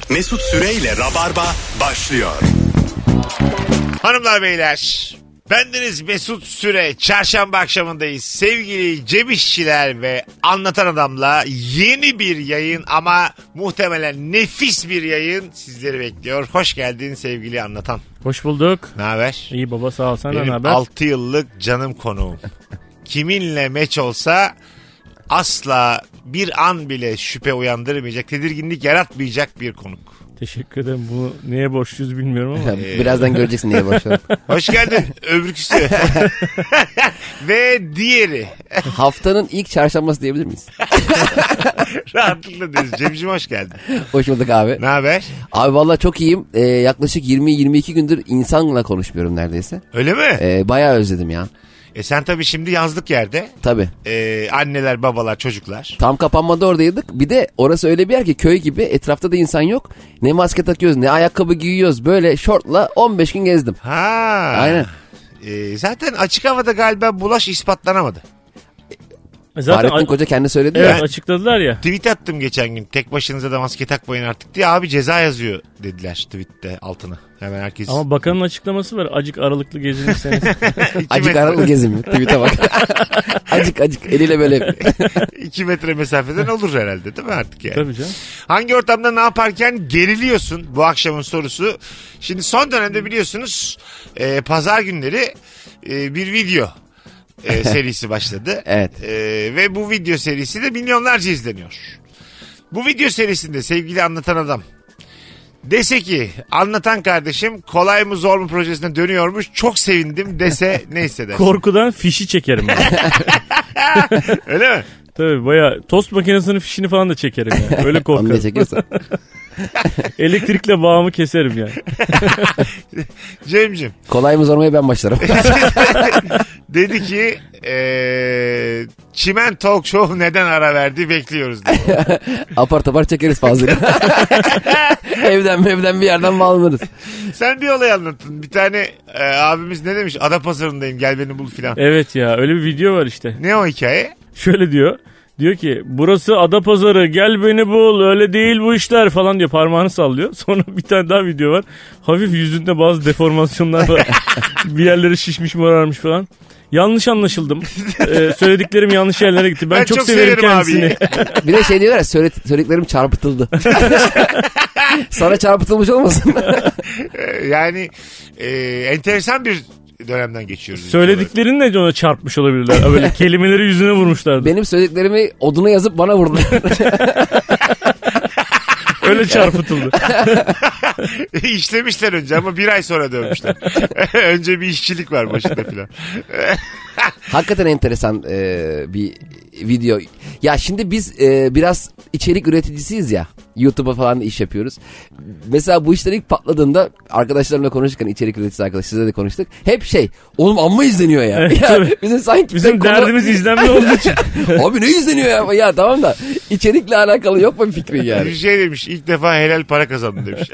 Mesut Süreyle Rabarba başlıyor. Hanımlar beyler, bendeniz Mesut Süre. Çarşamba akşamındayız. Sevgili Cem İşçiler ve Anlatan Adam'la yeni bir yayın ama muhtemelen nefis bir yayın sizleri bekliyor. Hoş geldin sevgili Anlatan. Hoş bulduk. Ne haber? İyi baba, sağ ol. Senden ne Benim haber? 6 yıllık canım konuğum. Kiminle meç olsa asla bir an bile şüphe uyandırmayacak, tedirginlik yaratmayacak bir konuk. Teşekkür ederim. Bunu neye borçluyuz bilmiyorum ama. Birazdan göreceksin neye başlıyorum. Hoş geldin öbürküsü. Ve diğeri. Haftanın ilk çarşambası diyebilir miyiz? Rahatlıkla deriz. Cemciğim hoş geldin. Hoş bulduk abi. Ne haber? Abi valla çok iyiyim. Yaklaşık 20-22 gündür insanla konuşmuyorum neredeyse. Öyle mi? Bayağı özledim ya. Sen tabii şimdi yazlık yerde. Tabii. Anneler, babalar, çocuklar. Tam kapanmada oradaydık. Bir de orası öyle bir yer ki köy gibi, etrafta da insan yok. Ne maske takıyoruz ne ayakkabı giyiyoruz. Böyle şortla 15 gün gezdim. Ha. Aynen. Zaten açık havada galiba bulaş ispatlanamadı. Fahrettin Koca kendi söyledi Evet, ya. açıkladılar ya. Tweet attım geçen gün. Tek başınıza da maske takmayın artık diye. Abi ceza yazıyor dediler tweette altına. Hemen herkes. Ama bakanın açıklaması var. Acık aralıklı gezinirseniz. Acık aralıklı gezin mi? Tweet'e bak. acık eliyle böyle. 2 metre mesafeden olur herhalde değil mi artık yani? Tabii canım. Hangi ortamda ne yaparken geriliyorsun? Bu akşamın sorusu. Şimdi son dönemde biliyorsunuz pazar günleri bir video serisi başladı. Evet. Ve bu video serisi de milyonlarca izleniyor. Bu video serisinde sevgili Anlatan Adam dese ki Anlatan kardeşim kolay mı zor mu projesine dönüyormuş, çok sevindim dese ne hisseder? Korkudan fişi çekerim ben. Öyle mi? Tabii bayağı tost makinesinin fişini falan da çekerim yani. Öyle Onu da korkarım. çekiyorsan. Elektrikle bağımı keserim yani. Cem'cim Kolay mı zor mu ben başlarım. dedi ki Çimen Talk Show neden ara verdi bekliyoruz dedi. Apar topar çekeriz fazla. evden bir yerden bağlanırız. Sen bir olay anlattın. Bir tane abimiz ne demiş? Adapazarı'ndayım gel beni bul filan. Evet ya, öyle bir video var işte. Ne o hikaye? Şöyle diyor. Diyor ki burası Adapazarı, gel beni bul, öyle değil bu işler falan diyor, parmağını sallıyor. Sonra bir tane daha video var. Hafif yüzünde bazı deformasyonlar var. Bir yerleri şişmiş, morarmış falan. Yanlış anlaşıldım. Söylediklerim yanlış yerlere gitti. Ben çok severim kendisini. Abi. Bir de şey diyorlar ya, söylediklerim çarpıtıldı. Sana çarpıtılmış olmasın? Yani enteresan bir dönemden geçiyoruz. Söylediklerini de ona çarpmış olabilirler. Böyle kelimeleri yüzüne vurmuşlardı. Benim söylediklerimi oduna yazıp bana vurdular. Öyle çarpıtıldı. İşlemişler önce ama bir ay sonra dövmüşler. Önce bir işçilik var başında filan. Hakikaten enteresan bir video. Ya şimdi biz biraz içerik üreticisiyiz ya. YouTube'a falan da iş yapıyoruz. Mesela bu işler ilk patladığında arkadaşlarımla konuşurken, içerik üreticisi arkadaşlarla de konuştuk. Hep oğlum amma izleniyor ya. Evet, Ya bizim derdimiz izlenme olduğu için. Abi ne izleniyor ya? Ya tamam da içerikle alakalı yok mu bir fikrin yani? Bir şey demiş, ilk defa helal para kazandım demiş.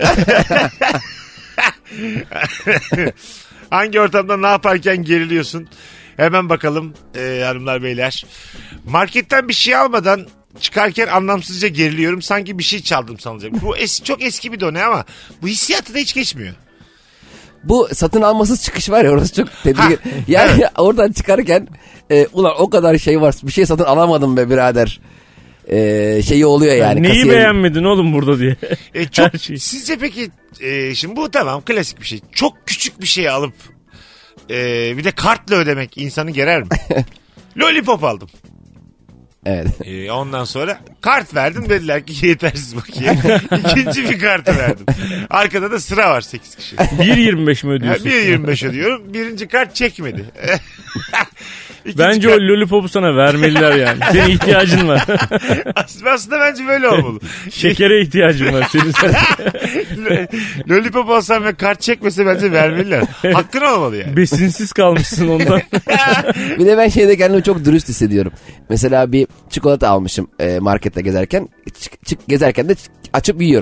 Hangi ortamda ne yaparken geriliyorsun? Hemen bakalım hanımlar beyler. Marketten bir şey almadan çıkarken anlamsızca geriliyorum. Sanki bir şey çaldım sanacak. Bu çok eski bir dönem ama bu hissiyatı da hiç geçmiyor. Bu satın almasız çıkış var ya, orası çok tedirgin. Yani evet. Oradan çıkarken ulan o kadar şey var, bir şey satın alamadım be birader. Şeyi oluyor yani. Neyi kasiyerin... beğenmedin oğlum burada diye. Çok, sizce peki şimdi bu tamam klasik bir şey. Çok küçük bir şey alıp bir de kartla ödemek insanı gerer mi? Lollipop aldım. Evet. Ondan sonra kart verdim, dediler ki yetersiz bakayım. İkinci bir kartı verdim. Arkada da sıra var 8 kişi. 1.25 mi ödüyorsun? 1.25 ödüyorum. Birinci kart çekmedi. Bence o lollipopu sana vermeliler yani. Senin ihtiyacın var. Aslında bence böyle olmalı. Şekere ihtiyacın var senin. Lollipop alsam ve kart çekmese bence vermeliler. Hakkın olmalı yani. Besinsiz kalmışsın ondan. Bir de ben kendimi çok dürüst hissediyorum. Mesela bir çikolata almışım markette gezerken. Gezerken de açıp yiyorum.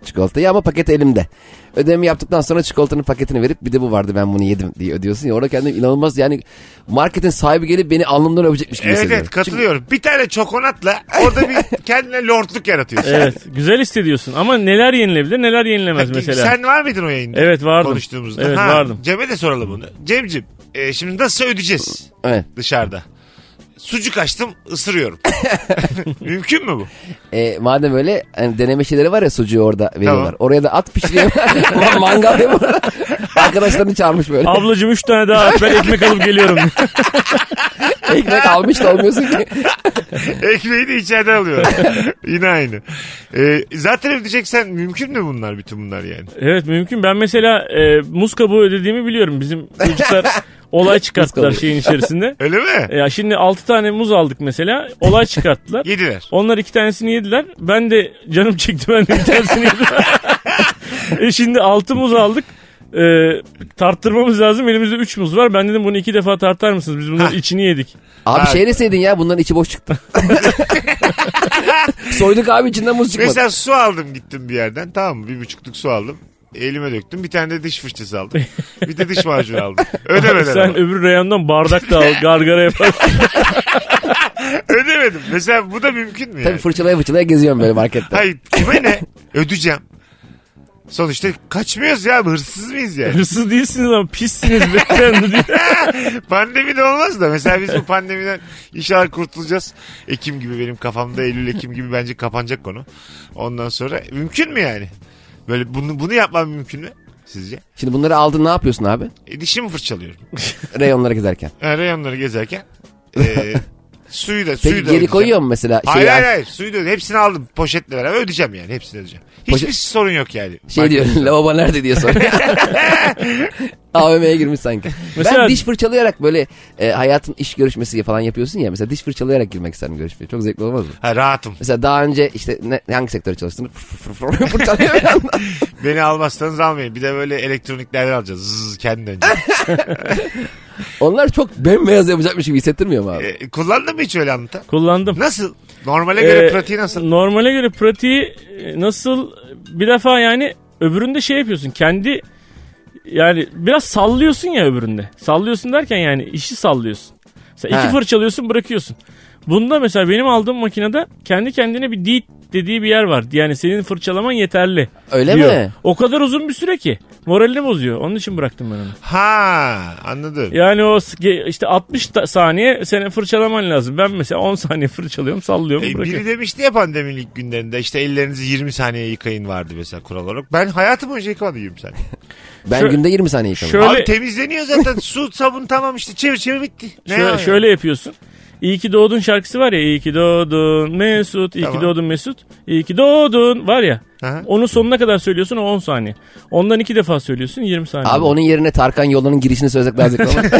çikolatayı ama paket elimde. Ödemi yaptıktan sonra çikolatanın paketini verip bir de bu vardı ben bunu yedim diye ödüyorsun ya. Orada kendimi inanılmaz yani marketin sahibi gelip beni alnımdan öpecekmiş gibi hissediyorum. Evet katılıyorum. Bir tane çokonatla orada bir kendine lordluk yaratıyorsun. Evet güzel hissediyorsun ama neler yenilebilir neler yenilemez mesela. Sen var mıydın o yayında? Evet vardım. Konuştuğumuzda. Evet vardım. Cem'e de soralım bunu. Cem'ciğim şimdi nasıl ödeyeceğiz dışarıda? Sucuk açtım ısırıyorum. Mümkün mü bu? Madem öyle hani deneme şeyleri var ya sucuğu orada veriyorlar. Tamam. Oraya da at pişiriyor. Mangal yapıyor. Arkadaşlarını çağırmış böyle. Ablacığım 3 tane daha at ben ekmek alıp geliyorum. Ekmek almış da olmuyorsun ki. Ekmeği de içeriden alıyor. Yine aynı. Zaten ödeyeceksen mümkün mü bunlar bütün bunlar yani? Evet mümkün. Ben mesela muz kabuğu ödediğimi biliyorum. Bizim çocuklar olay çıkarttılar şeyin içerisinde. Öyle mi? Ya şimdi 6 tane muz aldık mesela. Olay çıkarttılar. Yediler. Onlar 2 tanesini yediler. Ben de canım çekti ben de bir tanesini yedim. Şimdi 6 muz aldık. Tarttırmamız lazım. Elimizde 3 muz var. Ben dedim bunu 2 defa tartar mısınız? Biz bunların içini yedik. Abi şey deseydin ya bunların içi boş çıktı. Soyduk abi içinden muz çıkmadı. Mesela su aldım gittim bir yerden tamam mı? 1,5'luk su aldım. Elime döktüm. Bir tane de diş fırçası aldım. Bir de diş macunu aldım. Ödemeden Sen öbür reyondan bardak da al. Gargara yaparsın. Ödemedim. Mesela bu da mümkün mü yani? Tabii fırçalaya geziyorum böyle markette. Hayır kime ne? Ödeyeceğim. Sonuçta kaçmıyoruz ya. Hırsız mıyız yani? Hırsız değilsiniz ama pissiniz beyefendi diye. Pandemi de olmaz da. Mesela biz bu pandemiden inşallah kurtulacağız. Ekim gibi benim kafamda Eylül-Ekim gibi bence kapanacak konu. Ondan sonra mümkün mü yani? Böyle bunu yapmam mümkün mü sizce? Şimdi bunları aldın ne yapıyorsun abi? Dişimi fırçalıyorum. Reyonlara gezerken. Reyonları gezerken. Suyu da Peki geri ödeyeceğim. koyuyor mu mesela? Hayır. Suyu da hepsini aldım. Poşetle beraber ödeyeceğim yani. Hepsini ödeyeceğim. Hiçbir sorun yok yani. Şey diyor lavabo nerede diye soruyor. AVM'ye girmiş sanki. Mesela, ben diş fırçalayarak böyle hayatın iş görüşmesi falan yapıyorsun ya. Mesela diş fırçalayarak girmek isterim görüşmeye. Çok zevkli olmaz mı? Rahatım. Mesela daha önce işte hangi sektörde çalıştın? Fırçalıyor bir anda. Beni almazsanız almayın. Bir de böyle elektroniklerden alacağız. Zzz, kendi önce. Onlar çok bembeyaz yapacakmış gibi hissettirmiyor mu abi? Kullandın mı hiç öyle anlatan? Kullandım. Nasıl? Normale göre pratiği nasıl? Normale göre pratiği nasıl? Bir defa yani öbüründe şey yapıyorsun. Kendi yani biraz sallıyorsun ya öbüründe. Sallıyorsun derken yani işi sallıyorsun. Mesela 2 fırçalıyorsun bırakıyorsun. Bunda mesela benim aldığım makinede kendi kendine bir deet dediği bir yer var. Yani senin fırçalaman yeterli. Öyle diyor. mi? O kadar uzun bir süre ki. Moralini bozuyor. Onun için bıraktım ben onu. Ha anladım. Yani o işte 60 saniye senin fırçalaman lazım. Ben mesela 10 saniye fırçalıyorum sallıyorum bırakıyorum. Biri demişti ya pandeminin ilk günlerinde işte ellerinizi 20 saniye yıkayın vardı mesela kural olarak. Ben hayatım boyunca yıkamadım 20 saniye. Ben günde 20 saniye yıkamıyorum. Şöyle, abi temizleniyor zaten su sabun tamam işte çevir bitti. Şöyle yapıyorsun. İyi ki doğdun şarkısı var ya. İyi ki doğdun Mesut. İyi Tamam. ki doğdun Mesut. İyi ki doğdun var ya. Aha. Onu sonuna kadar söylüyorsun o 10 saniye. Ondan 2 defa söylüyorsun 20 saniye. Abi onun yerine Tarkan Yolunun girişini söylesek daha zevkli olmaz.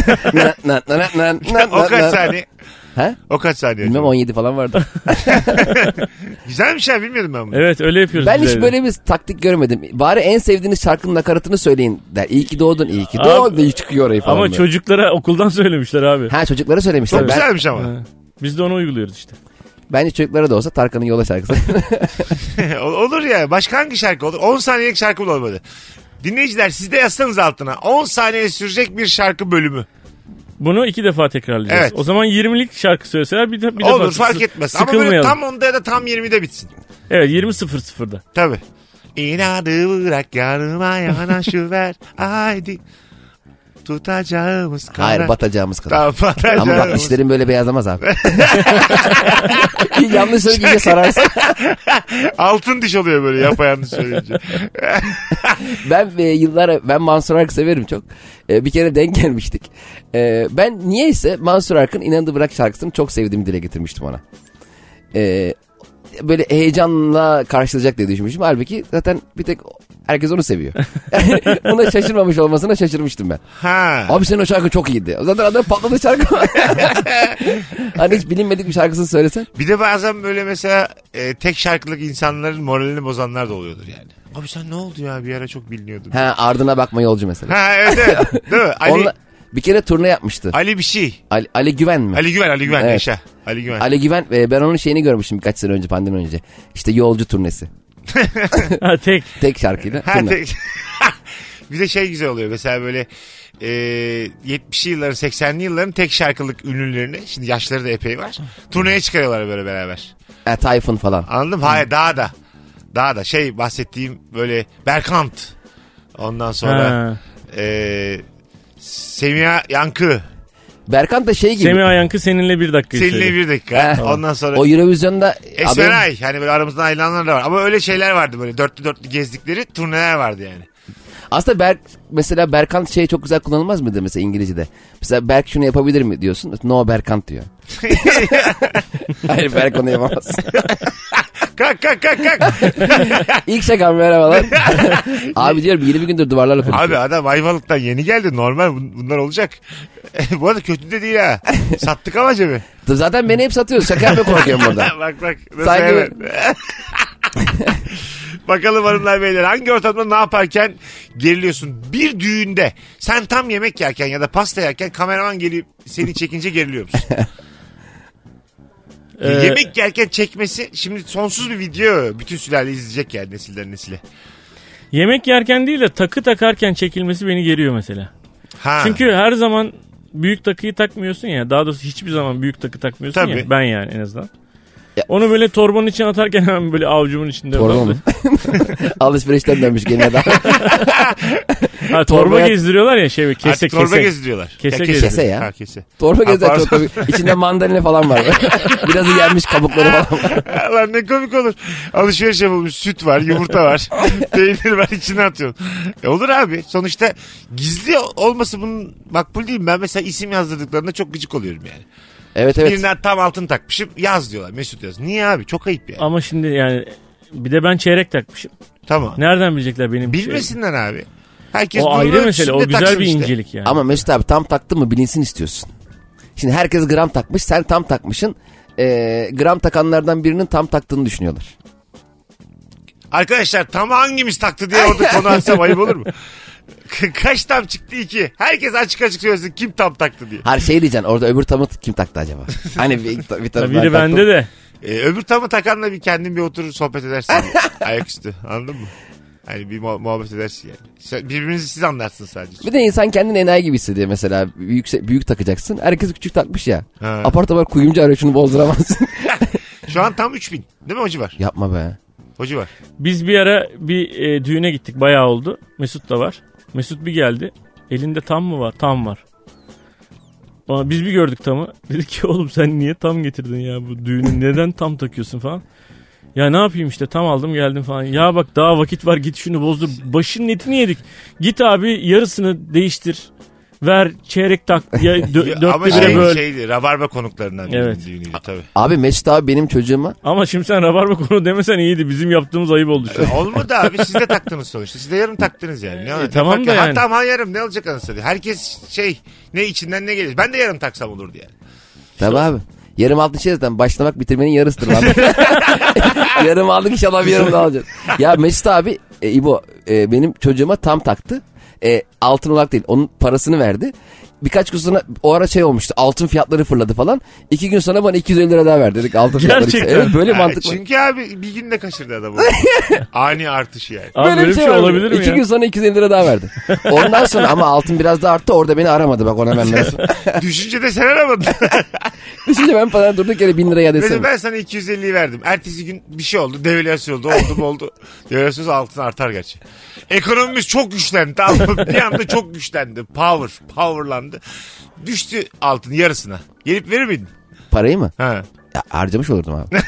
O kaç saniye? He? O kaç saniye? Bilmem 17 falan vardı. Güzelmiş ya bilmiyordum ben bunu. Evet öyle yapıyoruz. Ben biz hiç evde. böyle bir taktik görmedim. Bari en sevdiğiniz şarkının nakaratını söyleyin der. İyi ki doğdun, iyi ki doğdun diye çıkıyor orayı falan. Ama böyle. çocuklara okuldan söylemişler abi. Ha çocuklara söylemişler. Çok güzelmiş ama. Biz de onu uyguluyoruz işte. Bence çocuklara da olsa Tarkan'ın Yola şarkısı. Olur ya. Başka hangi şarkı olur? 10 saniyelik şarkı olmadı. Dinleyiciler siz de yazsanız altına. 10 saniye sürecek bir şarkı bölümü. Bunu 2 defa tekrarlayacağız. Evet. O zaman 20'lik şarkı söyleseler bir defa Olur fark etmez. Ama böyle sıkılmayalım. tam onda ya da tam 20'de bitsin. Evet 20.00'da. Tabii. İnadı bırak yanıma yanaşıver. Haydi. Tutacağımız kadar. Hayır batacağımız kadar. Tamam, batacağımız. Ama bak dişlerin böyle beyazlamaz abi. Yanlış söyleyince sararsın. Altın diş oluyor böyle yapayalnız söyleyince. Ben Mansur Ark severim çok. Bir kere denk gelmiştik. Ben niyeyse Mansur Ark'ın İnadı Bırak şarkısını çok sevdiğimi dile getirmiştim ona. Böyle heyecanla karşılayacak diye düşünmüştüm. Halbuki zaten bir tek herkes onu seviyor. Ona şaşırmamış olmasına şaşırmıştım ben. Ha. Abi senin o şarkı çok iyiydi. Zaten adam patladı şarkı. Hani hiç bilinmedik bir şarkısını söylesen. Bir de bazen böyle mesela tek şarkılık insanların moralini bozanlar da oluyordur yani. Abi sen ne oldu ya bir ara çok biliniyordun. Ha ardına bakma yolcu mesela. Ha evet değil mi? Ali, bir kere turne yapmıştı. Ali bir şey. Ali Güven mi? Ali Güven Evet. yaşa. Ali Güven. Ali Güven ben onun şeyini görmüştüm birkaç sene önce pandemi önce. İşte yolcu turnesi. Ha, tek. Tek şarkıyla. Ha, Turne. bir de şey güzel oluyor. Mesela böyle 70'li yılların 80'li yılların tek şarkılık ünlülerini, şimdi yaşları da epey var, turneye çıkarıyorlar böyle beraber. Tayfun falan. Anladın mı? Hayır, daha da şey bahsettiğim böyle Berkant. Ondan sonra Semiha Yankı. Berkant da şey gibi. Semiha Yankı seninle bir dakika. Seninle bir dakika. He. Ondan sonra O Eurovision'da Esmeray. Hani böyle aramızdan ayrılanlar da var. Ama öyle şeyler vardı, böyle dörtlü gezdikleri turneler vardı yani. Aslında mesela Berkant şey çok güzel kullanılmaz mıydı mesela İngilizce'de? Mesela Berk şunu yapabilir mi diyorsun. No Berkant diyor. Hayır, Berk onu yapamaz. Kalk. İlk şakam, merhabalar. Abi diyorum 20 gündür duvarlarla konuşuyor. Abi adam Ayvalık'tan yeni geldi. Normal bunlar olacak. Bu arada kötü de değil ha. Sattık ama cebi. Zaten beni hep satıyoruz. Şaka yapmaya korkuyorum burada. bak. Nasıl Sanki- hemen. Bakalım hanımlar beyler, hangi ortamda ne yaparken geriliyorsun? Bir düğünde sen tam yemek yerken ya da pasta yerken kameraman gelip seni çekince geriliyor musun? Yemek yerken çekmesi şimdi sonsuz bir video, bütün sülale izleyecek yani, nesilden nesile. Yemek yerken değil de takı takarken çekilmesi beni geriyor mesela. Ha. Çünkü her zaman büyük takıyı takmıyorsun ya. Daha doğrusu hiçbir zaman büyük takı takmıyorsun Tabii. ya. Ben yani en azından. Ya. Onu böyle torbanın içine atarken hemen böyle avucumun içinde. Torba mı? Alışverişten dönmüş gene daha. Ha, torba gezdiriyorlar ya şey, kese Artık torba kese. gezdiriyorlar. Kese Ya, gezdiriyor. Kese ya. Ha, kese. Torba gezer pardon. çok komik. İçinde mandalina falan var. Birazı yenmiş kabukları falan var. Lan ne komik olur. Alışveriş yapılmış, süt var, yumurta var, peynir var, içine atıyorsun. Olur abi. Sonuçta gizli olması bunun makbul değil mi? Ben mesela isim yazdırdıklarında çok gıcık oluyorum yani. Evet. Birine tam altın takmışım, yaz diyorlar, Mesut yaz. Niye abi? Çok ayıp yani. Ama şimdi yani bir de ben çeyrek takmışım. Tamam. Nereden bilecekler benim Bilmesinler abi. Herkes O bunun ayrı mesele. ölçüsünde O güzel taksın bir işte. incelik yani. Ama Mesut abi tam taktın mı bilinsin istiyorsun. Şimdi herkes gram takmış, sen tam takmışsın. Gram takanlardan birinin tam taktığını düşünüyorlar. Arkadaşlar tam hangimiz taktı diye orada konu açsam ayıp olur mu? Kaç tam çıktı, 2. Herkes açık söylesin kim tam taktı diye. Her şey diyeceksin, orada öbür tamı kim taktı acaba? Hani bir tarafı Biri bende de. Öbür tamı takanla kendin bir oturur sohbet edersin. Ayaküstü, anladın mı? Hani bir muhabbet edersin yani. Birbirinizi siz anlarsınız sadece. Bir de insan kendini enayi gibi hissediyor mesela. Büyük takacaksın. Herkes küçük takmış ya. Ha. Apar topar kuyumcu arıyor, şunu bozduramazsın. Şu an tam 3000 değil mi o civar? Yapma be. O civar. Biz bir ara bir düğüne gittik, bayağı oldu. Mesut da var. Mesut bir geldi. Elinde tam mı var? Tam var. Biz bir gördük tamı. Dedik ki oğlum sen niye tam getirdin ya bu düğünü? Neden tam takıyorsun falan. Ya ne yapayım işte, tam aldım geldim falan. Ya bak daha vakit var, git şunu bozdur. Başının etini yedik. Git abi yarısını değiştir. Ver çeyrek tak. Ya, ama dörtte bire böl. şeydi, Rabarba konuklarından Evet. düğünüydü tabii. Abi Mesut abi benim çocuğuma Ama şimdi sen rabarba konu demesen iyiydi. Bizim yaptığımız ayıp oldu şu an. Olmadı abi, siz de taktınız sonuçta. Siz de yarım taktınız yani. Ne olacak? tamam Fark da yok. yani. Hatta yarım ne olacak anasını. Herkes ne içinden ne gelir. Ben de yarım taksam olurdu yani. tabii abi. Yarım altın şey zaten başlamak bitirmenin yarısıdır lan. Yarım aldık, inşallah bir yarım daha alacağız. Ya Mesut abi İbo benim çocuğuma tam taktı. Altın olarak değil, onun parasını verdi. Birkaç gün sonra o ara şey olmuştu, altın fiyatları fırladı falan. 2 gün sonra bana 250 lira daha verdi dedik altın fiyatları. Gerçekten. Evet, böyle mantık var. Çünkü abi bir günde kaçırdı adam onu. Ani artışı yani. Abi böyle bir şey vardı. olabilir mi 2 ya? gün sonra 250 lira daha verdi. Ondan sonra ama altın biraz daha arttı, orada beni aramadı bak, ona hemen versin. Düşünce de sen aramadın. Düşünce ben falan durduk yere 1000 lira ya Mesela desem. ben sana 250'yi verdim. Ertesi gün bir şey oldu. Devalüasyon oldu. Oldu. Devalüasyon altın artar gerçi. Ekonomimiz çok güçlendi. Tamam mı? Bir anda çok güçlendi. Powerlandı. Düştü altın yarısına. Gelip verir miydin? Parayı mı? Ha. Ya, harcamış olurdum abi.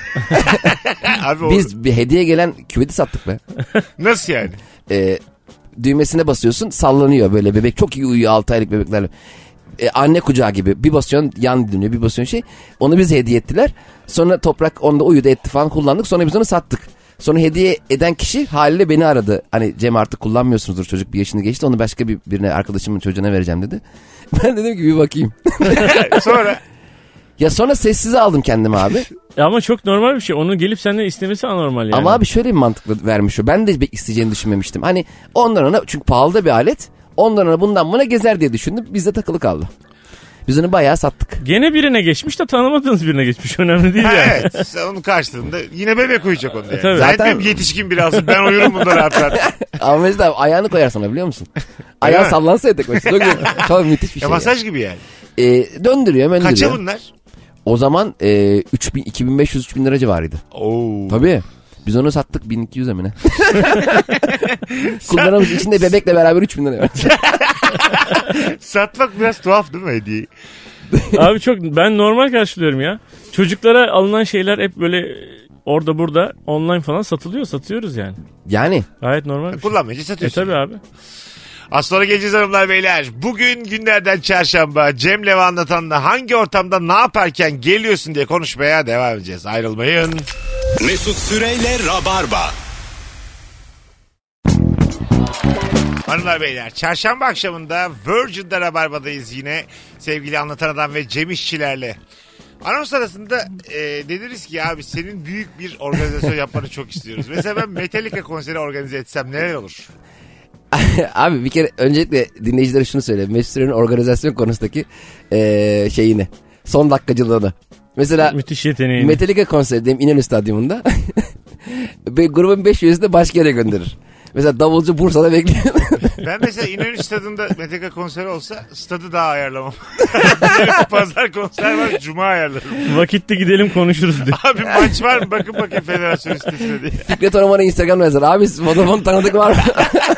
Abi Biz bir hediye gelen küveti sattık be. nasıl yani? Düğmesine basıyorsun, sallanıyor böyle, bebek çok iyi uyuyor 6 aylık bebeklerle. Anne kucağı gibi, bir basıyorsun yan dönüyor, bir basıyorsun şey. Onu bize hediye ettiler. Sonra Toprak onda uyudu etti falan, kullandık. Sonra biz onu sattık. Sonra hediye eden kişi haliyle beni aradı. Hani Cem artık kullanmıyorsunuzdur, çocuk bir yaşını geçti, onu başka birine, arkadaşımın çocuğuna vereceğim dedi. Ben dedim ki bir bakayım. Sonra Ya sonra sessize aldım kendimi abi. Ama çok normal bir şey. Onu gelip senden istemesi anormal yani. Ama abi şöyle bir mantıklı vermiş o. Ben de isteyeceğini düşünmemiştim. Hani ondan ona, çünkü pahalı da bir alet. Ondan ona bundan buna gezer diye düşündüm. Bizde takılı kaldı. Biz onu bayağı sattık. Gene birine geçmiş de tanımadığınız birine geçmiş. Önemli değil Ha, yani. evet. Sen onun karşılığında yine bebek uyuyacak onda yani. Tabii. Zaten yetişkin biraz. Ben uyurum bunda rahat rahat. Ama mesela ayağını koyar sana biliyor musun? Ayağın mi? sallansa ya tek başına. Çok müthiş bir şey. Masaj gibi yani. Döndürüyor hemen Kaça dönüyor. bunlar? O zaman 2500-3000 lira civarıydı. Oo. Tabii. Biz onu sattık 1200'e mi ne? Kullanılmış içinde bebekle beraber 3000 lira var. Satmak biraz tuhaf değil mi hediyeyi? Abi çok ben normal karşılıyorum ya. Çocuklara alınan şeyler hep böyle orada burada online falan satıyoruz yani. Yani. Gayet normal bir şey. Kullanmayınca satıyorsun. Tabii abi. Az sonra geleceğiz hanımlar beyler. Bugün günlerden çarşamba Cem'le ve Anlatan'la hangi ortamda ne yaparken geliyorsun diye konuşmaya devam edeceğiz. Ayrılmayın. Mesut Süreyle Rabarba. Hanımlar beyler çarşamba akşamında Virgin'de Rabarba'dayız yine. Sevgili Anlatan Adam ve Cem İşçilerle. Anons arasında deniriz ki abi senin büyük bir organizasyon yapmanı çok istiyoruz. Mesela ben Metallica konseri organize etsem neler olur? Abi bir kere öncelikle dinleyicilere şunu söyleyeyim. Mesut Süren'in organizasyon konusundaki şeyini. Son dakikacılığını. Mesela Müthiş yeteneğini. Metallica konseri diyeyim İnönü Stadyumunda. Grubun 5 üyesi de başka yere gönderir. Mesela davulcu Bursa'da bekliyor. Ben mesela İnönü Stadı'nda Metallica konseri olsa stadı daha ayarlamam. Pazar konser var, cuma ayarlarım. Vakitte gidelim konuşuruz diye. Abi maç var mı? Bakın federasyon sitesine diye. Fikret Orman'a Instagram yazar. Abi Vodafone tanıdık var mı?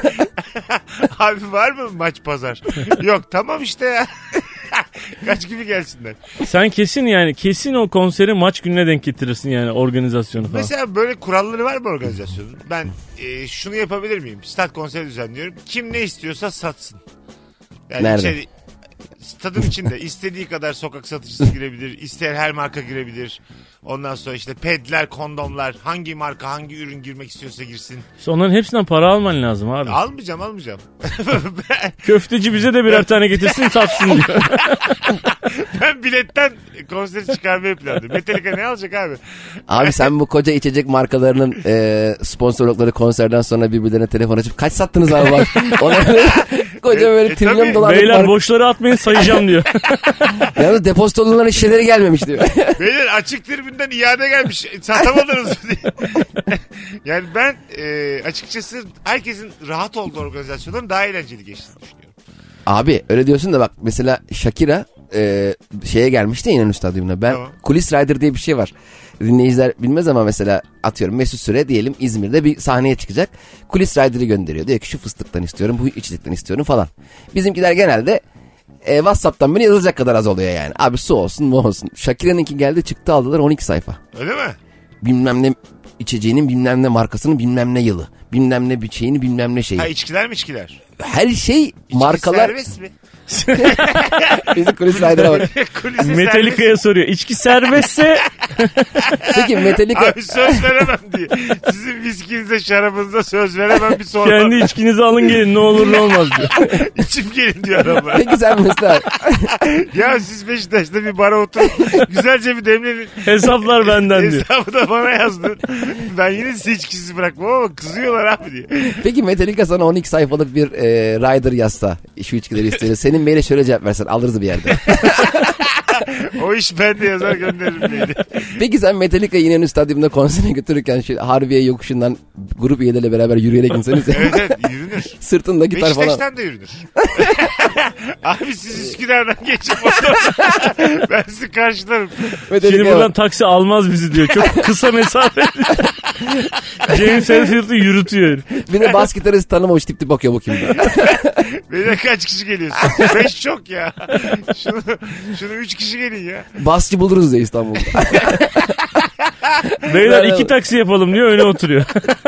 Abi var mı maç pazar? Yok tamam işte ya. Kaç gibi gelsinler. Sen kesin o konseri maç gününe denk getirirsin yani organizasyonu falan. Mesela böyle kuralları var mı organizasyonun? Ben şunu yapabilir miyim? Stat konseri düzenliyorum. Kim ne istiyorsa satsın. Yani Nerede? Stadın içinde istediği kadar sokak satıcısı girebilir. İsteyen her marka girebilir. Ondan sonra işte pedler, kondomlar, hangi marka, hangi ürün girmek istiyorsa girsin. İşte onların hepsinden para alman lazım abi. Almayacağım. Köfteci bize de birer tane getirsin satsın diyor. Ben biletten konseri çıkarmayı planladım. Metallica ne alacak abi? Abi sen bu koca içecek markalarının sponsorlukları konserden sonra birbirlerine telefon açıp kaç sattınız abi bak. Ona koca böyle trilyon tabii. dolarlık Beyler boşları atmayın sayacağım diyor. Yalnız depozitoluların işleri gelmemiş diyor. Beyler açık tribünden iade gelmiş. Satamadınız diye. Yani ben açıkçası herkesin rahat olduğu organizasyonların daha eğlenceli geçtiğini düşünüyorum. Abi öyle diyorsun da bak mesela Shakira şeye gelmişti İnönü Stadyumuna. Ben Tamam. Kulis Rider diye bir şey var. Dinleyiciler bilmez ama mesela atıyorum Mesut Süre diyelim İzmir'de bir sahneye çıkacak. Kulis Rider'ı gönderiyor. Diyor ki şu fıstıktan istiyorum, bu içecekten istiyorum falan. Bizimkiler genelde WhatsApp'tan beni yazılacak kadar az oluyor yani. Abi su olsun, bu olsun. Shakira'nınki geldi çıktı aldılar 12 sayfa. Öyle mi? Bilmem ne içeceğinin bilmem ne markasının bilmem ne yılı. Bilmem ne bir şeyini bilmem ne şeyi. Ha içkiler mi içkiler? Her şey İçki markalar. serbest mi? Bizi Kulis Rider'a bak. Kulisi Metallica'ya soruyor. İçki serbestse Peki Metallica. Abi söz veremem diye. Sizin viskinize şarabınıza söz veremem bir sorma. kendi içkinizi alın gelin ne olur ne olmaz diyor. İçim gelin diyor adamlar. Peki sen mesela. Ya siz Beşiktaş'ta bir bara oturun. Güzelce bir demlenin. Hesaplar benden diyor. Hesabı da bana yazdın. Ben yine size içkisiz bırakmam ama kızıyorlar abi diye. Peki Metallica sana 12 sayfalık bir rider yazsa şu içkileri istiyor. Senin maile şöyle cevap versen alırız bir yerde. O iş ben de yazar gönderirim neydi. Peki sen Metallica İnönü Stadyumunda konserine götürürken şu Harbiye yokuşundan grup üyeleriyle beraber yürüyerek inseniz. Evet yürünür. Sırtında gitar falan. Beşiktaş'tan da yürünür. Abi siz Üsküdar'dan geçin motor. Ben sizi karşılarım. Metallica Şimdi buradan taksi almaz bizi diyor. Çok kısa mesafe. James Hetfield'ı yürütüyor. bir de bas gitarist tanımamış tip bakıyor bu kim diyor. Beni kaç kişi geliyorsun? 5 çok ya. Şunu 3 kişi gelin ya. Basçı buluruz diye İstanbul'da. Beyler 2 taksi yapalım diyor öyle oturuyor.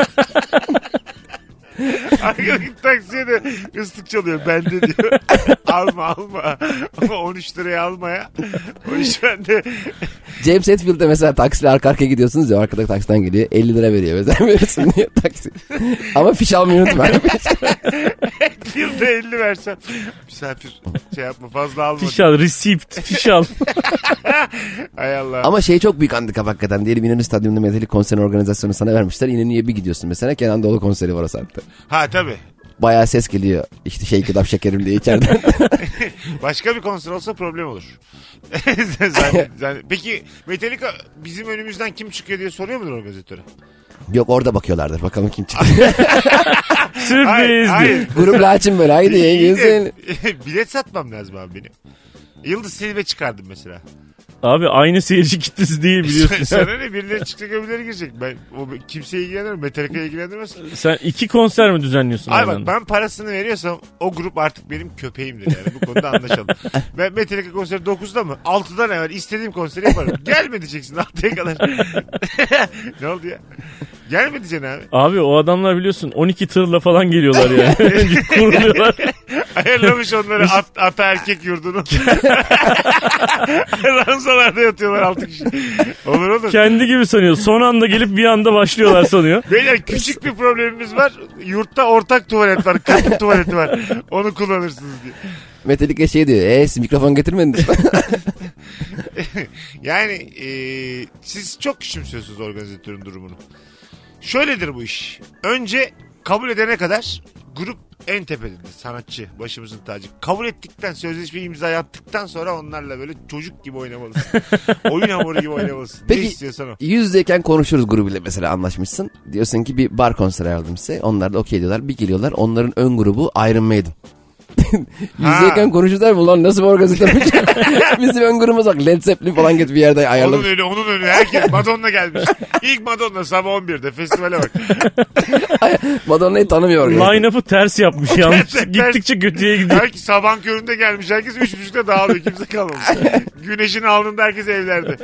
Arkadaki taksiye de ıslık çalıyor. Bende diyor. alma. Ama 13 liraya alma ya. O iş bende. James Hetfield'de mesela taksiyle arka arkaya gidiyorsunuz ya arkadaki taksiden geliyor 50 lira veriyor. Mesela verirsin diye taksi. Ama fiş almayı unutma. Yılda 50 versen. Misafir şey yapma fazla alma. Fiş al, receipt, fiş al. Hay Allah. Ama şey çok büyük handikap hakikaten. Diyelim İnönü Stadyumunda Metallica konserin organizasyonu sana vermişler. İnönü'ye bir gidiyorsun mesela. Kenan Doğulu konseri var o saatte. Ha tabii. bayağı ses geliyor. İşte şey kitap şekerim diye içeriden. Başka bir konser olsa problem olur. Peki Metallica bizim önümüzden kim çıkıyor diye soruyor mudur organizatöre? Yok orada bakıyorlardır. Bakalım kim çıktı. Sürprizdi. Grup laçın böyle. Haydi İyi yengin de bilet satmam lazım abi benim. Yıldız Silve çıkardım mesela. Abi aynı seyirci kitlesi değil biliyorsun. Sana ne, birileri çıkacak öbürleri girecek. Ben o kimseye ilgilendirmem. Metallica'ya ilgilendirmez. Sen 2 konser mi düzenliyorsun? Ay aynı bak, anda? ben parasını veriyorsam o grup artık benim köpeğimdir yani. Bu konuda anlaşalım. Ben Metallica konseri 9'da mı? 6'dan evvel istediğim konseri yaparım. Gelme diyeceksin 6'ya kadar. Ne oldu ya? Gelme diyeceksin abi. Abi o adamlar biliyorsun 12 tırla falan geliyorlar yani. Önce kuruluyorlar. Ayarlamış onları ata erkek yurdunu. Ranzalarda yatıyorlar 6 kişi. Olur. Kendi gibi sanıyor. Son anda gelip bir anda başlıyorlar sanıyor. Beyler küçük bir problemimiz var. Yurtta ortak tuvalet var. Kadın tuvaleti var. Onu kullanırsınız diye. Metallica şey diyor. Siz mikrofon getirmediniz. Yani siz çok küçümsüyorsunuz organizatörün durumunu. Şöyledir bu iş. Önce kabul edene kadar grup en tepededir. Sanatçı, başımızın tacı. Kabul ettikten, sözleşmeyi imza attıktan sonra onlarla böyle çocuk gibi oynamalısın. Oyun hamuru gibi oynamalısın. Peki, ne istiyorsan o. Yüz yüzeyken konuşuruz grubuyla mesela anlaşmışsın. Diyorsun ki bir bar konseri aldım size. Onlar da okey diyorlar. Bir geliyorlar. Onların ön grubu Iron Maiden. Yüzdeyken konuşurlar mı lan, nasıl bir organizatörmüş? Bizim ön grubumuz bak, Led Zeppelin falan git bir yerde ayarlamış. Onun önü herkes Madonna gelmiş. İlk Madonna sabah 11'de festivale bak. Madonna'yı tanımıyor. Line-up'ı ters yapmış yalnız. Gittikçe kötüye gidiyor. Herkes sabahın köründe gelmiş. Herkes 3.30'da dağılıyor. Kimse kalmamış. Güneşin alnında herkes evlerde.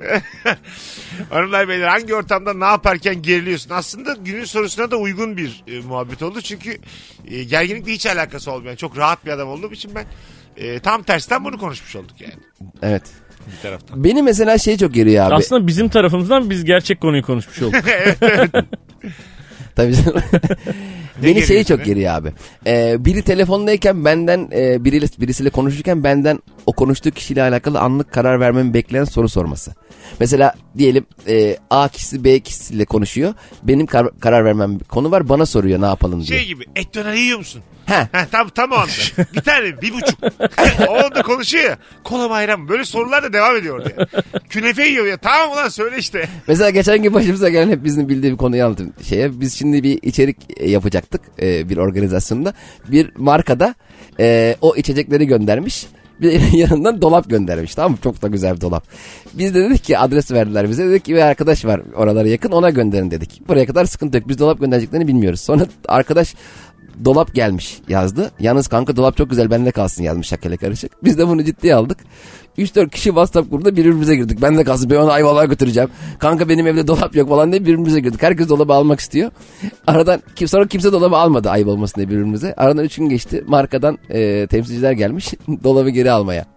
Hanımlar beyler, hangi ortamda ne yaparken geriliyorsun? Aslında günün sorusuna da uygun bir muhabbet oldu. Çünkü gerginlikle hiç alakası olmayan çok rahat bir adam olduğum için ben tam tersten bunu konuşmuş olduk yani. Evet. Bir taraftan. Beni mesela şey çok geriyor abi. Aslında bizim tarafımızdan biz gerçek konuyu konuşmuş olduk. Evet. Tabii canım. Beni geriyor şeyi çok seni? geriyor abi. Biri telefondayken benden birisiyle konuşurken benden o konuştuğu kişiyle alakalı anlık karar vermemi bekleyen soru sorması. Mesela diyelim A kişisi B kişisiyle konuşuyor. Benim karar vermem bir konu var, bana soruyor ne yapalım diye. Şey gibi, et döner yiyor musun? Heh. Tam o anda. Bir tane, 1,5. O anda konuşuyor ya. Kola bayram mı? Böyle sorular da devam ediyor orada. Yani. Künefe yiyor ya. Tamam ulan söyle işte. Mesela geçen gün başımıza gelen hep bizim bildiği bir konuyu anlatayım. Biz şimdi bir içerik yapacaktık bir organizasyonda. Bir markada o içecekleri göndermiş. Bir yanından dolap göndermiş, tamam mı? Çok da güzel bir dolap. Biz de dedik ki, adresi verdiler bize. Dedik ki bir arkadaş var oralara yakın, ona gönderin dedik. Buraya kadar sıkıntı yok. Biz dolap göndereceklerini bilmiyoruz. Sonra arkadaş dolap gelmiş yazdı. Yalnız kanka dolap çok güzel, bende kalsın yazmış şakayla karışık. Biz de bunu ciddiye aldık. 3-4 kişi WhatsApp grubunda birbirimize girdik. Bende kalsın, ben onu Ayvalık'a götüreceğim. Kanka benim evde dolap yok falan diye birbirimize girdik. Herkes dolabı almak istiyor. Aradan sonra kimse dolabı almadı ayıp olmasın diye birbirimize. Aradan 3 gün geçti. Markadan temsilciler gelmiş dolabı geri almaya.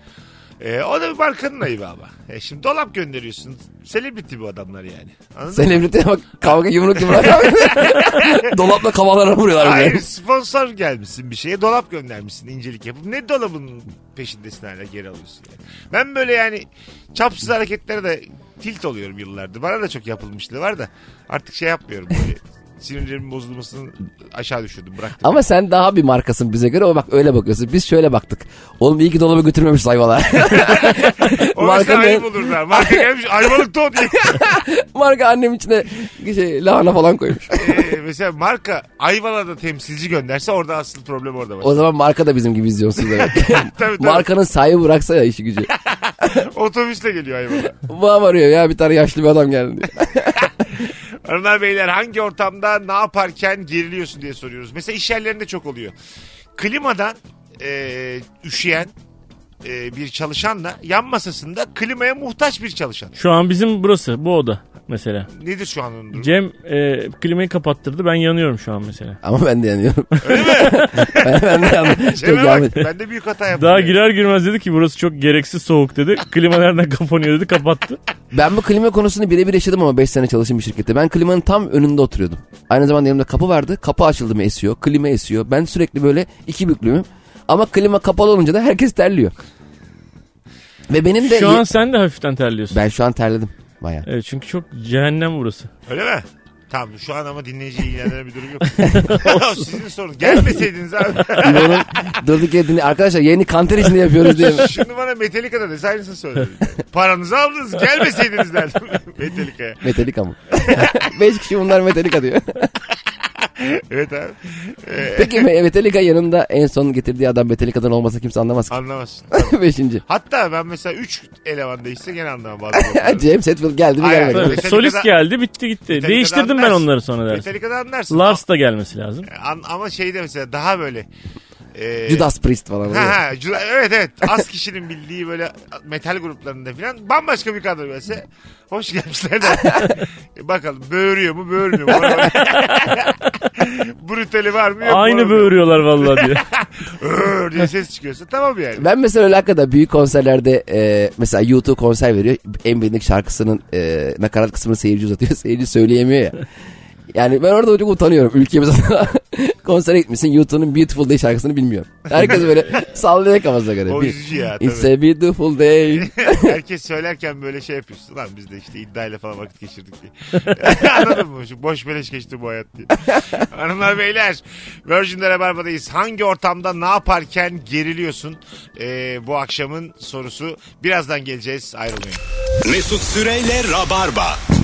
O da bir markanın ayıbı ama. Şimdi dolap gönderiyorsun. Selebriti bu adamlar yani. Anladın mı? Celebrity'ye bak, kavga yumruk dolapla kafalarına vuruyorlar. Hayır, Bile. sponsor gelmişsin bir şeye, dolap göndermişsin incelik yapıp. Ne dolabının peşindesin hala, geri alıyorsun yani. Ben böyle yani çapsız hareketlere de tilt oluyorum yıllardır. Bana da çok yapılmışlığı var da artık şey yapmıyorum böyle. Sinirlerimin bozulmasını aşağı düşürdüm, bıraktım. Ama sen daha bir markasın bize göre, o bak öyle bakıyorsun. Biz şöyle baktık. Oğlum iyi ki dolabı götürmemiş hayvalar. O mesela ayıp olur da. Marka gelmiş Ayvalık Doğu diye. Marka annem içine lahana falan koymuş. Mesela marka Ayvalık'ta temsilci gönderse orada asıl problem orada var. O zaman marka da bizim gibi vizyonsuz demek. Tabii. Markanın sahibi bıraksa ya işi gücü. Otobüsle geliyor Ayvalık'a. Babam arıyor ya, bir tane yaşlı bir adam geldi diye. Hanımlar beyler, hangi ortamda ne yaparken geriliyorsun diye soruyoruz. Mesela iş yerlerinde çok oluyor. Klimadan üşüyen bir çalışanla yan masasında klimaya muhtaç bir çalışan. Şu an bizim burası, bu oda mesela. Nedir şu an onun durumu? Cem klimayı kapattırdı, ben yanıyorum şu an mesela. Ama ben de yanıyorum. Öyle mi? ben de yanıyorum. Çok Cem'e yandım. bak, ben de büyük hata yaptım. Daha girer girmez dedi ki burası çok gereksiz soğuk dedi. Klima nereden kapanıyor dedi, kapattı. Ben bu klima konusunu birebir yaşadım ama 5 sene çalıştığım bir şirkette. Ben klimanın tam önünde oturuyordum. Aynı zamanda yanımda kapı vardı. Kapı açıldı mı esiyor. Klima esiyor. Ben sürekli böyle iki büklümüm. Ama klima kapalı olunca da herkes terliyor. Ve benim de... Şu an sen de hafiften terliyorsun. Ben şu an terledim bayağı. Evet, çünkü çok cehennem burası. Öyle mi? Tamam şu an ama dinleyiciyi ilgilendiren bir durum yok. O sizin sorun. Gelmeseydiniz abi. İbo'nun durduk yere dinle. Arkadaşlar yayını kanter içinde yapıyoruz diye. Şimdi bana Metallica'da dese aynısını söyledim. Paranızı aldınız gelmeseydiniz derdim Metallica'ya. Metallica mı? 5 kişi bunlar Metallica diyor. Evet abi. Peki Metallica yanında en son getirdiği adam Metallica'dan olmasa kimse anlamaz ki. Anlamazsın. 5. Hatta ben mesela 3 eleman değişse gene anlamam bazı. James Hetfield geldi mi Aynen. gelmedi mi? Metallica'da- Solist geldi bitti gitti. Metallica'da Değiştirdim ben anlarsın. onları sonra dersin. Metallica'da anlarsın. Lars da gelmesi lazım. Ama şeyde mesela daha böyle. Judas Priest falan. Evet. Az kişinin bildiği böyle metal gruplarında falan bambaşka bir kadro gelse hoş gelmişler de. Bakalım böğürüyor mu böğürmüyor mu? Brutali var mı yok mu? Aynı böğürüyorlar vallahi diye. Diye ses çıkıyorsa tamam yani. Ben mesela öyle hakikaten büyük konserlerde mesela YouTube konser veriyor. En bilindik şarkısının nakarat kısmını seyirci uzatıyor. Seyirci söyleyemiyor ya. Yani ben orada çok utanıyorum. Ülkemize konsere gitmişsin. YouTube'un Beautiful Day şarkısını bilmiyorum. Herkes böyle sallıyor kafasına göre. O üzücü ya tabii. It's a beautiful day. Herkes söylerken böyle şey yapıyorsun. Lan biz de işte iddiayla falan vakit geçirdik diye. Anladın mı? Şu boş beleş geçti bu hayat diye. Hanımlar beyler Virgin'de Rabarba'dayız. Hangi ortamda ne yaparken geriliyorsun? Bu akşamın sorusu. Birazdan geleceğiz. Ayrılmayın. Mesut Süreyle Rabarba.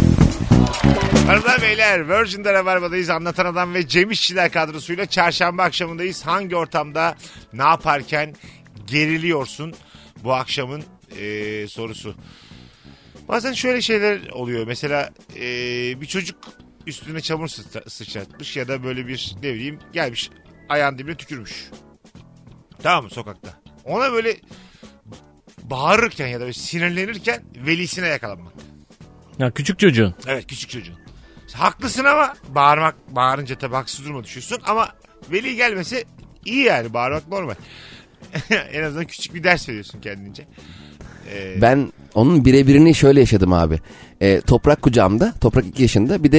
Hanımlar beyler Virgin'de Rabarba'dayız. Anlatan Adam ve Cem İşçiler kadrosuyla çarşamba akşamındayız. Hangi ortamda ne yaparken geriliyorsun? Bu akşamın sorusu. Bazen şöyle şeyler oluyor. Mesela bir çocuk üstüne çamur sıçratmış ya da böyle bir ne bileyim gelmiş ayağın dibine tükürmüş. Tamam mı sokakta? Ona böyle bağırırken ya da böyle sinirlenirken velisine yakalanmak. Ya küçük çocuğun. Evet küçük çocuğun. Haklısın ama bağırınca tabii haksız duruma düşüyorsun ama veli gelmesi iyi yani bağırmak normal. En azından küçük bir ders veriyorsun kendince. Ben onun birebirini şöyle yaşadım abi. Toprak kucağımda. Toprak 2 yaşında. Bir de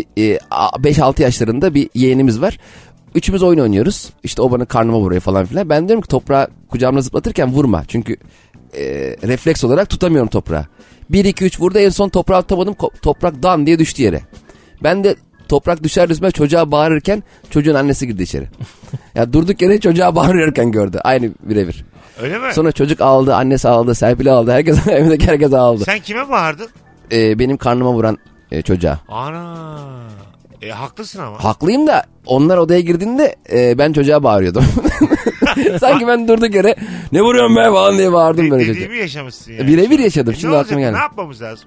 5-6 yaşlarında bir yeğenimiz var. Üçümüz oyun oynuyoruz. İşte o bana karnıma vuruyor falan filan. Ben diyorum ki toprağı kucağımda zıplatırken vurma. Çünkü refleks olarak tutamıyorum toprağı. 1-2-3 vurdu, en son toprağı tutamadım. Toprak dan diye düştü yere. Ben de toprak düşer düşmez çocuğa bağırırken çocuğun annesi girdi içeri. Ya durduk yere çocuğa bağırırken gördü. Aynı birebir. Öyle mi? Sonra çocuk ağladı, annesi ağladı, Serpil ağladı. Herkes evdeki herkes ağladı. Sen kime bağırdın? Benim karnıma vuran çocuğa. Ana. Haklısın ama. Haklıyım da onlar odaya girdiğinde ben çocuğa bağırıyordum. Sanki ben durduk yere ne vuruyorsun be falan diye bağırdım böyle çocuğa. Dediğimi yaşamışsın yani. Birebir yaşadım. Ne Şimdi aklıma olacak? geldi. Ne yapmamız lazım?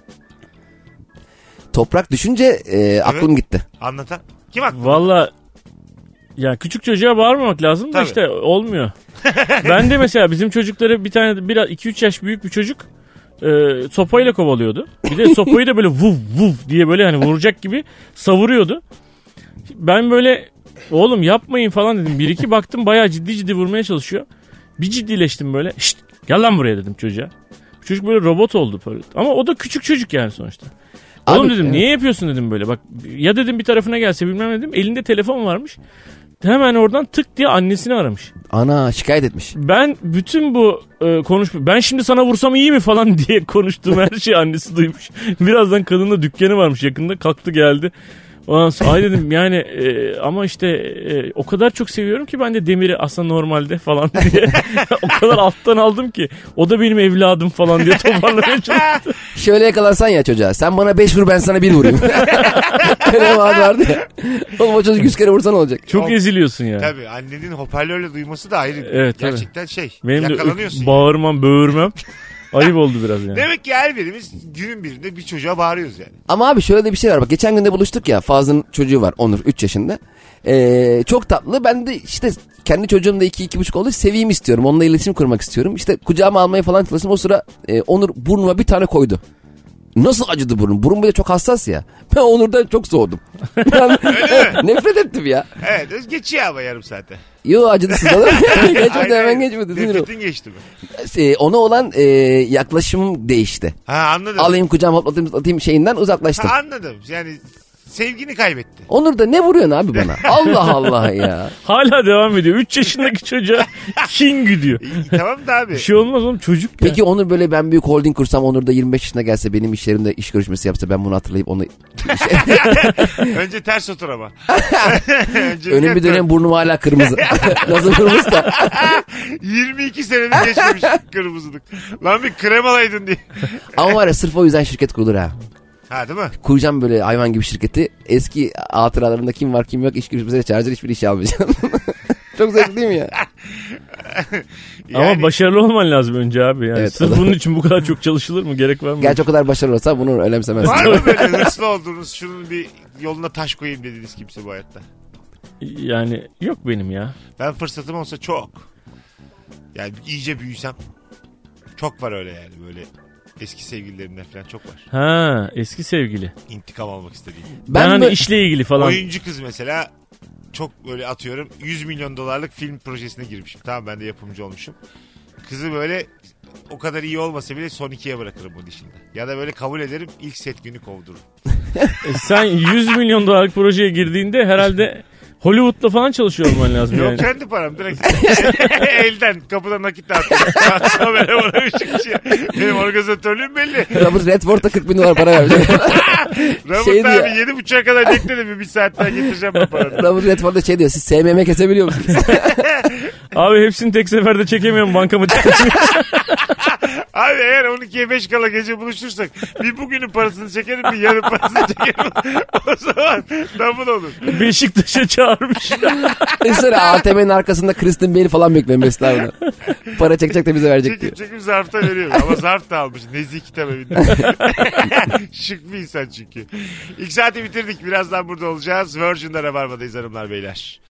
Toprak düşünce aklım gitti. Anlatan. Kim haklı? Valla ya küçük çocuğa bağırmamak lazım da Tabii. işte olmuyor. Ben de mesela bizim çocukları bir tane biraz 2-3 yaş büyük bir çocuk sopayla kovalıyordu. Bir de sopayı da böyle vuv vuv diye böyle hani vuracak gibi savuruyordu. Ben böyle oğlum yapmayın falan dedim. 1-2 baktım bayağı ciddi vurmaya çalışıyor. Bir ciddileştim böyle. Şşt gel lan buraya dedim çocuğa. Çocuk böyle robot oldu. Ama o da küçük çocuk yani sonuçta. Oğlum Abi, dedim evet. niye yapıyorsun dedim böyle. Bak ya dedim bir tarafına gelse bilmem dedim. Elinde telefon varmış. Hemen oradan tık diye annesini aramış. Ana şikayet etmiş. Ben bütün bu ben şimdi sana vursam iyi mi falan diye konuştuğum her şeyi annesi duymuş. Birazdan kadının dükkanı varmış yakında, kalktı geldi. Ondan sonra ay dedim yani ama işte o kadar çok seviyorum ki ben de Demir'i aslında normalde falan diye. O kadar alttan aldım ki o da benim evladım falan diye toparlamaya çalıştım. Şöyle yakalarsan ya çocuğa. Sen bana 5 vur, ben sana 1 vurayım. Öyle vaat vardı ya. Oğlum o çocuk 100 kere vursan olacak. Çok eziliyorsun ya. Tabii annenin hoparlörle duyması da ayrı. Evet, gerçekten şey. Benim Yakalanıyorsun. de bağırmam böğürmem ayıp oldu biraz yani. Demek ki her birimiz günün birinde bir çocuğa bağırıyoruz yani. Ama abi şöyle de bir şey var. Bak geçen gün de buluştuk ya. Fazlı'nın çocuğu var. Onur 3 yaşında. Çok tatlı. Ben de işte kendi çocuğum da 2-2,5 oldu. Seveyim istiyorum. Onunla iletişim kurmak istiyorum. İşte kucağıma almaya falan çalıştım. O sıra Onur burnuma bir tane koydu. Nasıl acıdı burnum? Burun bile çok hassas ya. Ben Onur'dan çok soğudum. Nefret ettim ya. Evet geçiyor ama yarım saate. Yo acıdı sızladı. Geçmedi, hemen geçmedi. Nefretin geçti mi? Ona olan yaklaşımım değişti. Ha anladım. Alayım kucağıma hoplatayım şeyinden uzaklaştım. Ha, anladım. Yani sevgini kaybetti. Onur da ne vuruyorsun abi bana? Allah Allah ya. Hala devam ediyor. 3 yaşındaki çocuğa King diyor. Tamam da abi. Bir şey olmaz oğlum, çocuk ya. Peki Onur böyle ben büyük holding kursam, Onur da 25 yaşına gelse, benim işlerimde iş görüşmesi yapsa, ben bunu hatırlayıp onu Önce ters otur ama. Önce önüm bir dönem burnum hala kırmızı. Nasıl kırmızı da? 22 senedir geçmemiş kırmızılık. Lan bir krem alaydın diye. Ama var ya, sırf o yüzden şirket kurulur ha. Ha değil mi? Kuracağım böyle hayvan gibi şirketi. Eski hatıralarında kim var kim yok iş görüşmesine çağıracağım, hiçbir iş almayacağım. Çok zevkli değil mi ya? Ama başarılı olman lazım önce abi. Yani. Evet, Sırf bunun için bu kadar çok çalışılır mı? Gerek var mı? Gerçi o kadar başarılı olsa bunu önemsemez. Var mı böyle hırslı olduğunuz, şunun bir yoluna taş koyayım dediğiniz kimse bu hayatta? Yani yok benim ya. Ben fırsatım olsa çok. Yani iyice büyüsem. Çok var öyle yani, böyle eski sevgililerimden falan çok var. Ha, eski sevgili. İntikam almak istediğim. Ben hani böyle- işle ilgili falan. Oyuncu kız mesela, çok böyle atıyorum 100 milyon dolarlık film projesine girmişim. Tamam, ben de yapımcı olmuşum. Kızı böyle o kadar iyi olmasa bile son 2'ye bırakırım bu dişinde. Ya da böyle kabul ederim, ilk set günü kovdururum. Sen 100 milyon dolarlık projeye girdiğinde herhalde Hollywood'da falan çalışıyor olman lazım Yok, yani. kendi param direkt. Elden kapıdan nakit dağıtıyorum. Kamera bana ışıkçı. Benim organizatörlüğüm belli. Robert Redford'a 40 bin dolar para verecek. Robert Şey abi diyor. 7.30'a kadar bekledim. Bir saatten getireceğim bu paranı. Robert Redford'a şey diyor, siz SMM kesebiliyor musunuz? Abi hepsini tek seferde çekemiyorum, bankama çekemiyorum. Abi eğer 12'ye 5 kala gece buluşursak bir bugünün parasını çekerim, bir yarın parasını çekerim. O zaman double olur. Beşiktaş'a çağırmış. Sonra ATM'nin arkasında Kristen Bale falan bekliyor Mesut abi. Para çekecek de bize verecek diyor. Çekip zarfta veriyor. Ama zarf da almış. Nezih kitap evinde. Şık bir insan çünkü. İlk saati bitirdik. Birazdan burada olacağız. Virgin'de Rabarba'dayız hanımlar beyler.